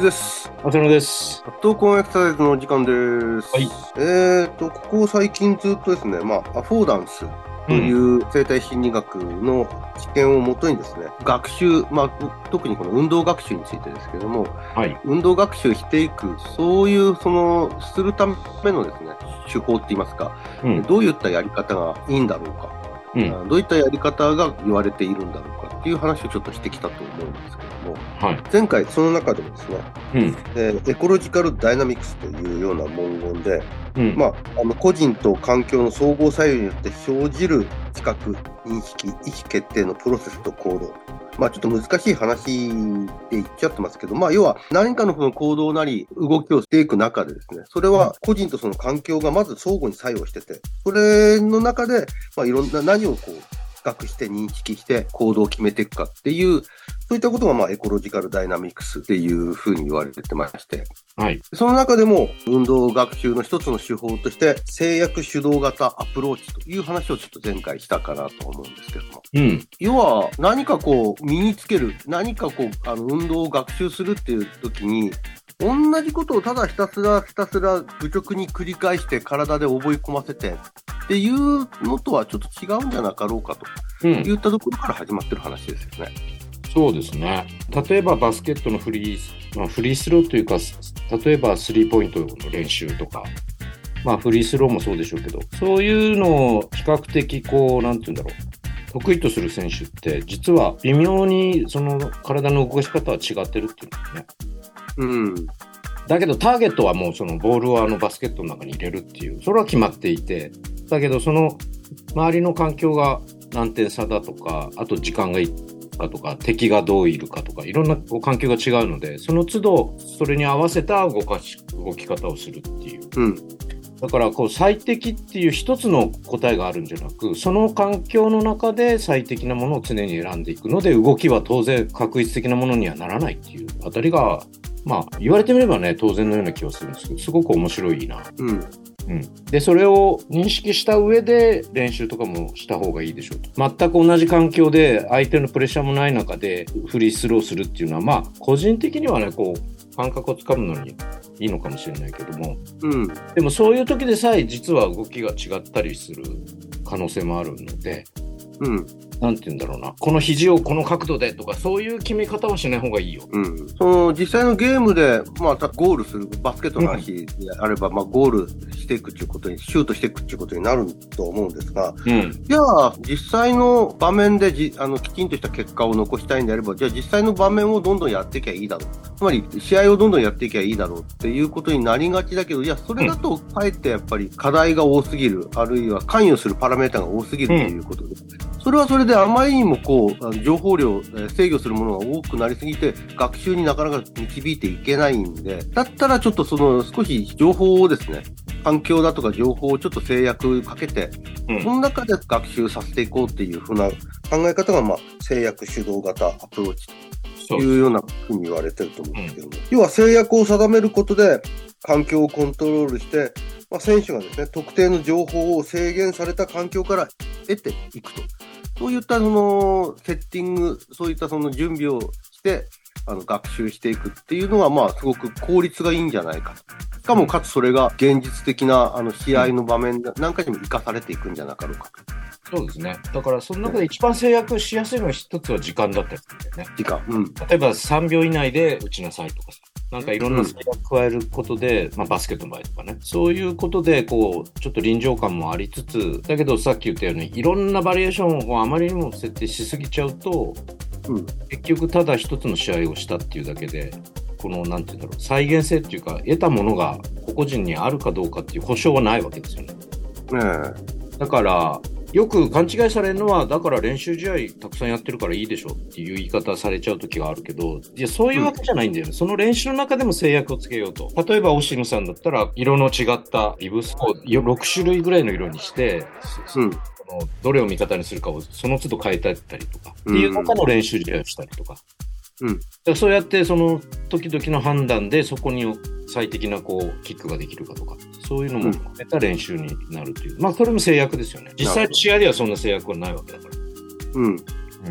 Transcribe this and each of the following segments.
です。 浅野です。 闘魂エクササイズの時間です。 はい。 ここ最近ずっとですね、アフォーダンスという生体心理学の知見をもとにですね、学習、特にこの運動学習についてですけども、 はい。 運動学習していく、そういうするためのですね、手法って言いますか、どういったやり方がいいんだろうか、どういったやり方が言われているんだろうかっていう話をちょっとしてきたと思うんですけども、はい、前回その中でもですね、エコロジカルダイナミクスというような文言で、個人と環境の総合作用によって生じる知覚、認識、意思決定のプロセスと行動。ちょっと難しい話で言っちゃってますけど、要は何かの行動なり動きをしていく中でですね、それは個人とその環境がまず相互に作用してて、それの中で、いろんな何を比較して認識して行動を決めていくかっていう、そういったことがエコロジカルダイナミクスっていうふうに言われてまして、はい、その中でも運動学習の一つの手法として制約主導型アプローチという話をちょっと前回したかなと思うんですけども、要は何か身につける、何か運動を学習するっていう時に同じことをただひたすら愚直に繰り返して体で覚え込ませてっていうのとはちょっと違うんじゃなかろうかといったところから始まってる話ですよね。 そうですね。例えばバスケットのフリースローというか、例えばスリーポイントの練習とか、フリースローもそうでしょうけど、そういうのを比較的なんていうんだろう、得意とする選手って実は微妙にその体の動かし方は違ってるっていうんですね。だけどターゲットはもうそのボールをバスケットの中に入れるっていう、それは決まっていて、だけどその周りの環境が何点差だとか、あと時間がいいかとか、敵がどういるかとか、いろんな環境が違うので、その都度それに合わせた動き方をするっていう。だから最適っていう一つの答えがあるんじゃなく、その環境の中で最適なものを常に選んでいくので、動きは当然確一的なものにはならないっていうあたりが、言われてみればね、当然のような気がするんですけど、すごく面白いな。で、それを認識した上で練習とかもした方がいいでしょうと。全く同じ環境で相手のプレッシャーもない中でフリースローするっていうのは、個人的にはね、感覚をつかむのにいいのかもしれないけども、でもそういう時でさえ実は動きが違ったりする可能性もあるので、なんて言うんだろうな、この肘をこの角度でとか、そういう決め方はしない方がいいよ。 その実際のゲームで、ゴールする、バスケットの話であれば、ゴールしていくっていうことに、シュートしていくっていうことになると思うんですが、じゃあ、実際の場面できちんとした結果を残したいんであれば、じゃあ実際の場面をどんどんやっていけばいいだろう。つまり、試合をどんどんやっていけばいいだろうっていうことになりがちだけど、いや、それだとかえってやっぱり課題が多すぎる、あるいは関与するパラメータが多すぎるということで、それはそれであまりにも情報量、制御するものが多くなりすぎて、学習になかなか導いていけないんで、だったらちょっと少し情報をですね、環境だとか情報をちょっと制約かけて、その中で学習させていこうっていうふうな考え方が、制約主導型アプローチというようなふうに言われてると思うんですけども、要は制約を定めることで環境をコントロールして、選手がですね、特定の情報を制限された環境から得ていくと。そういったセッティング、そういった準備をして、学習していくっていうのは、すごく効率がいいんじゃないかと。しかも、かつそれが現実的な、試合の場面なんかにも活かされていくんじゃなかろうかと。そうですね。だから、その中で一番制約しやすいのは一つは時間だったりするんだよね。 時間。 例えば、3秒以内で打ちなさいとかさ。なんかいろんな制約加えることで、バスケットの場合とかね、そういうことでちょっと臨場感もありつつ、だけどさっき言ったようにいろんなバリエーションをあまりにも設定しすぎちゃうと、結局ただ一つの試合をしたっていうだけで、なんていうんだろう、再現性っていうか、得たものが個々人にあるかどうかっていう保証はないわけですよね。だからよく勘違いされるのは、だから練習試合たくさんやってるからいいでしょっていう言い方されちゃう時があるけど、いや、そういうわけじゃないんだよね。その練習の中でも制約をつけようと。例えば、押野さんだったら、色の違ったビブスを6種類ぐらいの色にして、どれを味方にするかをその都度変えたりとか、っていう中の練習試合をしたりとか。そうやってその時々の判断でそこに最適なキックができるかとか、そういうのも含めた練習になるという、それも制約ですよね。実際試合ではそんな制約はないわけだから。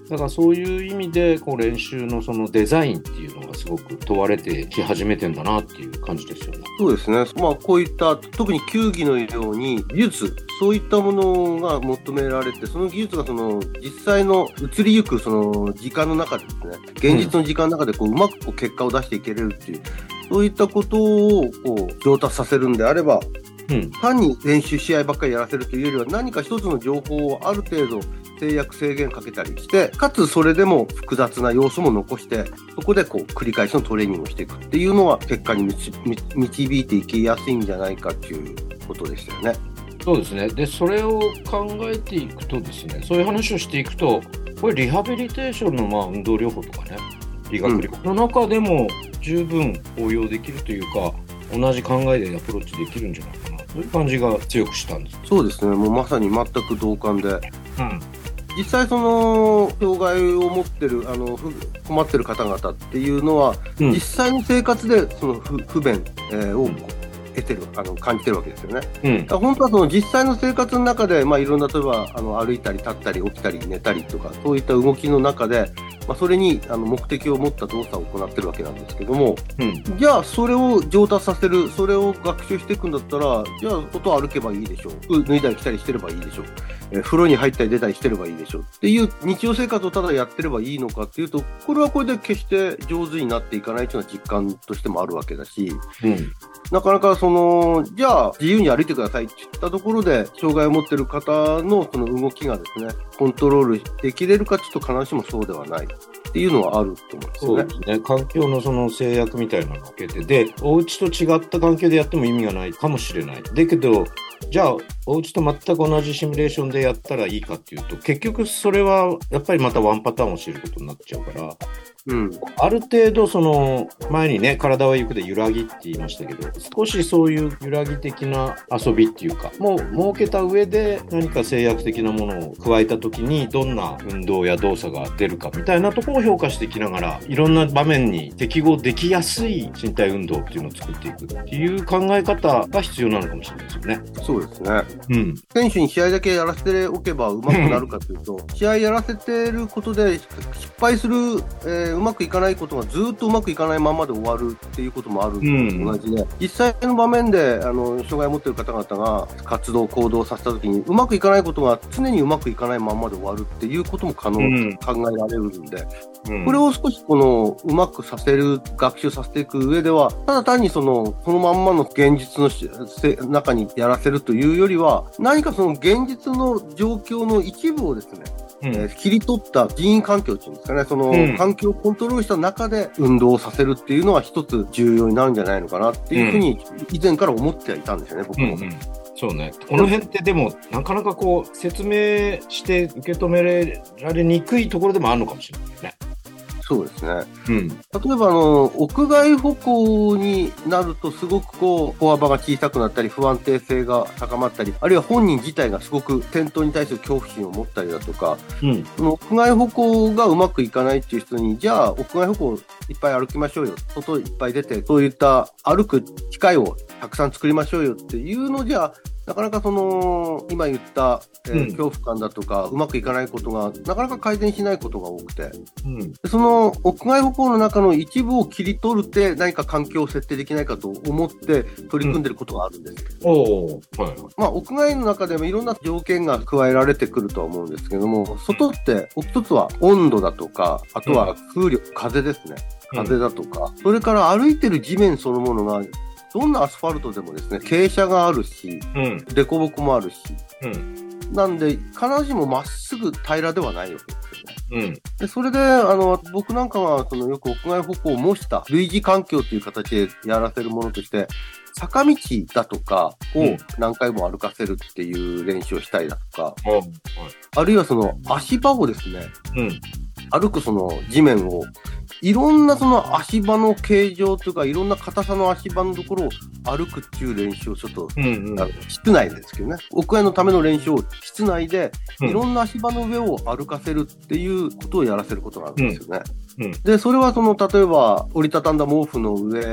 だからそういう意味でこう練習のそのデザインっていうのがすごく問われてき始めてんだなっていう感じですよね。 そうですね。こういった特に球技のように技術、そういったものが求められて、その技術がその実際の移りゆくその時間の中でですね、現実の時間の中でうまく結果を出していけれるっていう、そういったことを上達させるんであれば、単に練習試合ばっかりやらせるというよりは、何か一つの情報をある程度制約制限かけたりして、かつそれでも複雑な要素も残して、そこで繰り返しのトレーニングをしていくっていうのは結果に導いていきやすいんじゃないかっていうことでしたよね。 そうですね。で、それを考えていくとですね、そういう話をしていくと、これリハビリテーションの運動療法とかね、理学療法の中でも十分応用できるというか、同じ考えでアプローチできるんじゃないかな、そういう感じが強くしたんです。 そうですね。もうまさに全く同感で。実際その障害を持ってる困ってる方々っていうのは、実際の生活でその不便、を得てる感じてるわけですよね。だから本当はその実際の生活の中で、いろんな例えば歩いたり立ったり起きたり寝たりとか、そういった動きの中で、それに目的を持った動作を行ってるわけなんですけども、じゃあそれを上達させる、それを学習していくんだったら、じゃあ外を歩けばいいでしょう、脱いだり着たりしてればいいでしょう、風呂に入ったり出たりしてればいいでしょうっていう日常生活をただやってればいいのかっていうと、これはこれで決して上手になっていかないというのは実感としてもあるわけだし、なかなかじゃあ自由に歩いてくださいって言ったところで、障害を持っている方のその動きがですね、コントロールできれるかちょっと必ずしもそうではないっていうのはあると思うんですよね。 そうですね。環境のその制約みたいなのを受けて、で、お家と違った環境でやっても意味がないかもしれない。だけど、じゃあ、お家と全く同じシミュレーションでやったらいいかっていうと、結局それはやっぱりまたワンパターンを知ることになっちゃうから、ある程度その前にね、体は行くで揺らぎって言いましたけど、少しそういう揺らぎ的な遊びっていうかもう設けた上で、何か制約的なものを加えた時にどんな運動や動作が出るかみたいなところを評価していきながら、いろんな場面に適合できやすい身体運動っていうのを作っていくっていう考え方が必要なのかもしれないですよね。 そうですね。選手に試合だけやらせておけば上手くなるかというと、試合やらせてることで失敗する、うまくいかないことがずっとうまくいかないままで終わるっていうこともあるのと同じで、実際の場面で障害を持っている方々が活動行動させたときにうまくいかないことが常にうまくいかないままで終わるっていうことも考えられるんで、これを少しうまくさせる、学習させていく上では、ただ単にそのまんまの現実の中にやらせるというよりは、何かその現実の状況の一部をですね、切り取った人員環境っていうんですかね、その環境をコントロールした中で運動をさせるっていうのは一つ重要になるんじゃないのかなっていうふうに以前から思ってはいたんですよね、僕も。 そうね。この辺ってでもなかなか説明して受け止められにくいところでもあるのかもしれないね。 そうですね。例えば屋外歩行になるとすごく歩幅が小さくなったり不安定性が高まったり、あるいは本人自体がすごく転倒に対する恐怖心を持ったりだとか、その屋外歩行がうまくいかないっていう人に、じゃあ屋外歩行いっぱい歩きましょうよ、外いっぱい出てそういった歩く機会をたくさん作りましょうよっていうのじゃ、なかなか今言った、恐怖感だとかうまくいかないことがなかなか改善しないことが多くて、その屋外歩行の中の一部を切り取るって何か環境を設定できないかと思って取り組んでることがあるんです。屋外の中でもいろんな条件が加えられてくるとは思うんですけども、外って一つは温度だとか、あとは風力、風ですね。風だとか、それから歩いてる地面そのものがどんなアスファルトでもですね、傾斜があるし、凸凹もあるし、なんで必ずしもまっすぐ平らではないわけですよね。でそれで僕なんかはよく屋外歩行を模した類似環境という形でやらせるものとして、坂道だとかを何回も歩かせるっていう練習をしたりだとか、あるいは足場をですね、歩く地面をいろんな足場の形状というか、いろんな硬さの足場のところを歩くっていう練習をちょっと、室内ですけどね、屋外のための練習を室内でいろんな足場の上を歩かせるっていうことをやらせることがあるんですよね。で、それは例えば折りたたんだ毛布の上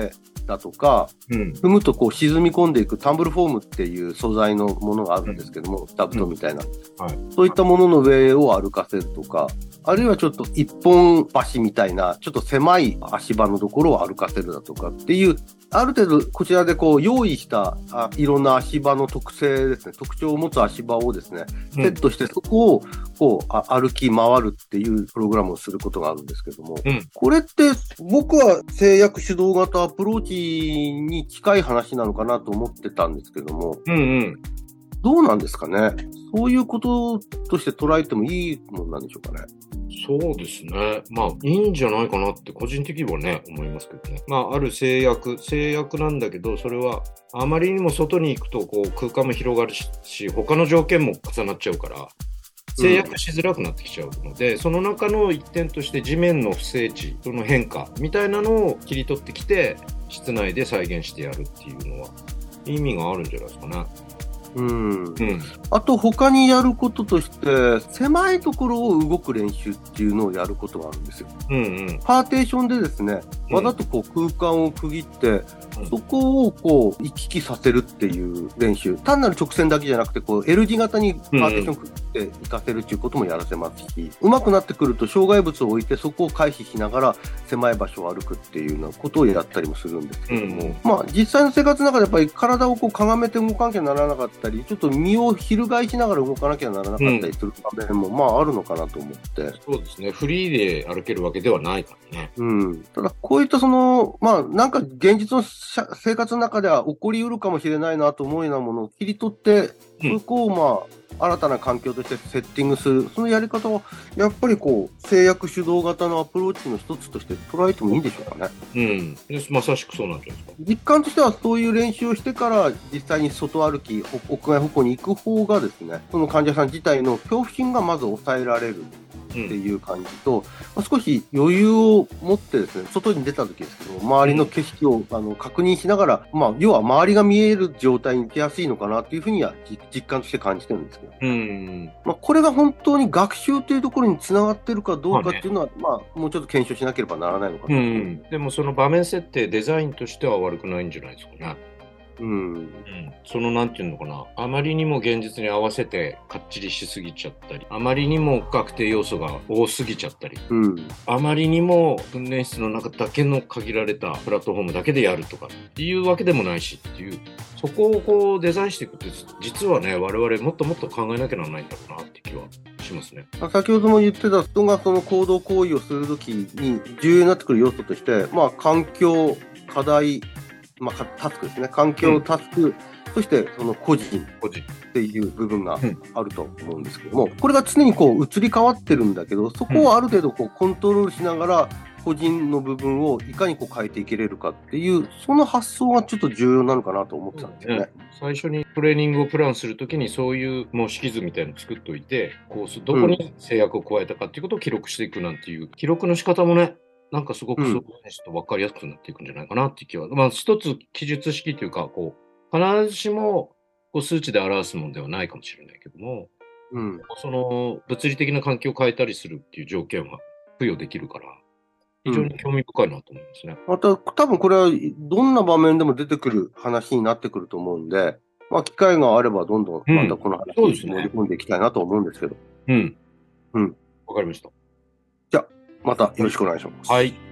だとか、踏むとこう沈み込んでいくタンブルフォームっていう素材のものがあるんですけども、ダブトみたいな、そういったものの上を歩かせるとか、あるいはちょっと一本橋みたいなちょっと狭い足場のところを歩かせるだとかっていう、ある程度こちらでこう用意したいろんな足場の特性ですね、特徴を持つ足場をですね、セットしてそこをこう歩き回るっていうプログラムをすることがあるんですけども、これって僕は制約主導型アプローチに近い話なのかなと思ってたんですけども、どうなんですかね。そういうこととして捉えてもいいもんなんでしょうかね。 そうですね。まあ、いいんじゃないかなって個人的にはね、思いますけどね。まあ、ある制約なんだけど、それはあまりにも外に行くとこう空間も広がるし、他の条件も重なっちゃうから、制約しづらくなってきちゃうので、その中の一点として地面の不整地、その変化みたいなのを切り取ってきて、室内で再現してやるっていうのは意味があるんじゃないですかね。あと他にやることとして狭いところを動く練習っていうのをやることがあるんですよ。パーテーションでですね、わざとこう空間を区切って、そこをこう行き来させるっていう練習、単なる直線だけじゃなくてこう L 字型にパーテーション区切って行かせるっていうこともやらせますし、上手くなってくると障害物を置いてそこを回避しながら狭い場所を歩くっていうようなことをやったりもするんですけども、まあ実際の生活の中でやっぱり体をこうかがめて動かなきゃならなかったり、ちょっと身を翻しながら動かなきゃならなかったりする場面もまああるのかなと思って。 そうですね。フリーで歩けるわけではないからね。 ただこういったまあなんか現実の生活の中では起こりうるかもしれないなと思うようなものを切り取って、そこをまあ新たな環境としてセッティングする、そのやり方はやっぱりこう制約主導型のアプローチの一つとして捉えてもいいんでしょうかね。 まさしくそうなんじゃないですか。 実感としてはそういう練習をしてから実際に外歩き、屋外歩行に行く方がですね、その患者さん自体の恐怖心がまず抑えられるっていう感じと、少し余裕を持ってですね、外に出た時ですけども、周りの景色を確認しながら、まあ、要は周りが見える状態に行きやすいのかなっていうふうには実感として感じてるんですけど、まあ、これが本当に学習というところにつながってるかどうかっていうのは、まあ、もうちょっと検証しなければならないのかな。 でもその場面設定、デザインとしては悪くないんじゃないですかね。そのなんていうのかな、あまりにも現実に合わせてかっちりしすぎちゃったり、あまりにも不確定要素が多すぎちゃったり、あまりにも訓練室の中だけの限られたプラットフォームだけでやるとかっていうわけでもないしっていう、そこをこうデザインしていくって実はね、我々もっともっと考えなきゃならないんだろうなって気はしますね。 先ほども言ってた人がその行動行為をするときに重要になってくる要素として、まあ環境、課題、まあ、タスクですね。環境、タスク、そしてその個人っていう部分があると思うんですけども、これが常にこう移り変わってるんだけど、そこをある程度こうコントロールしながら、個人の部分をいかにこう変えていけれるかっていう、その発想がちょっと重要なのかなと思ってたんですよね。 最初にトレーニングをプランするときにそういうもう式図みたいなのを作っておいて、こうどこに制約を加えたかっていうことを記録していくなんていう記録の仕方もね、なんかすごくそうちょっと分かりやすくなっていくんじゃないかなっていう気は、まあ一つ記述式というか、こう必ずしもこう数値で表すものではないかもしれないけども、その物理的な環境を変えたりするっていう条件は付与できるから、非常に興味深いなと思いますね。 また多分これはどんな場面でも出てくる話になってくると思うんで、まあ機会があればどんどんまたこの話に盛り込んでいきたいなと思うんですけど。 わかりました。 じゃあまたよろしくお願いします。 はい。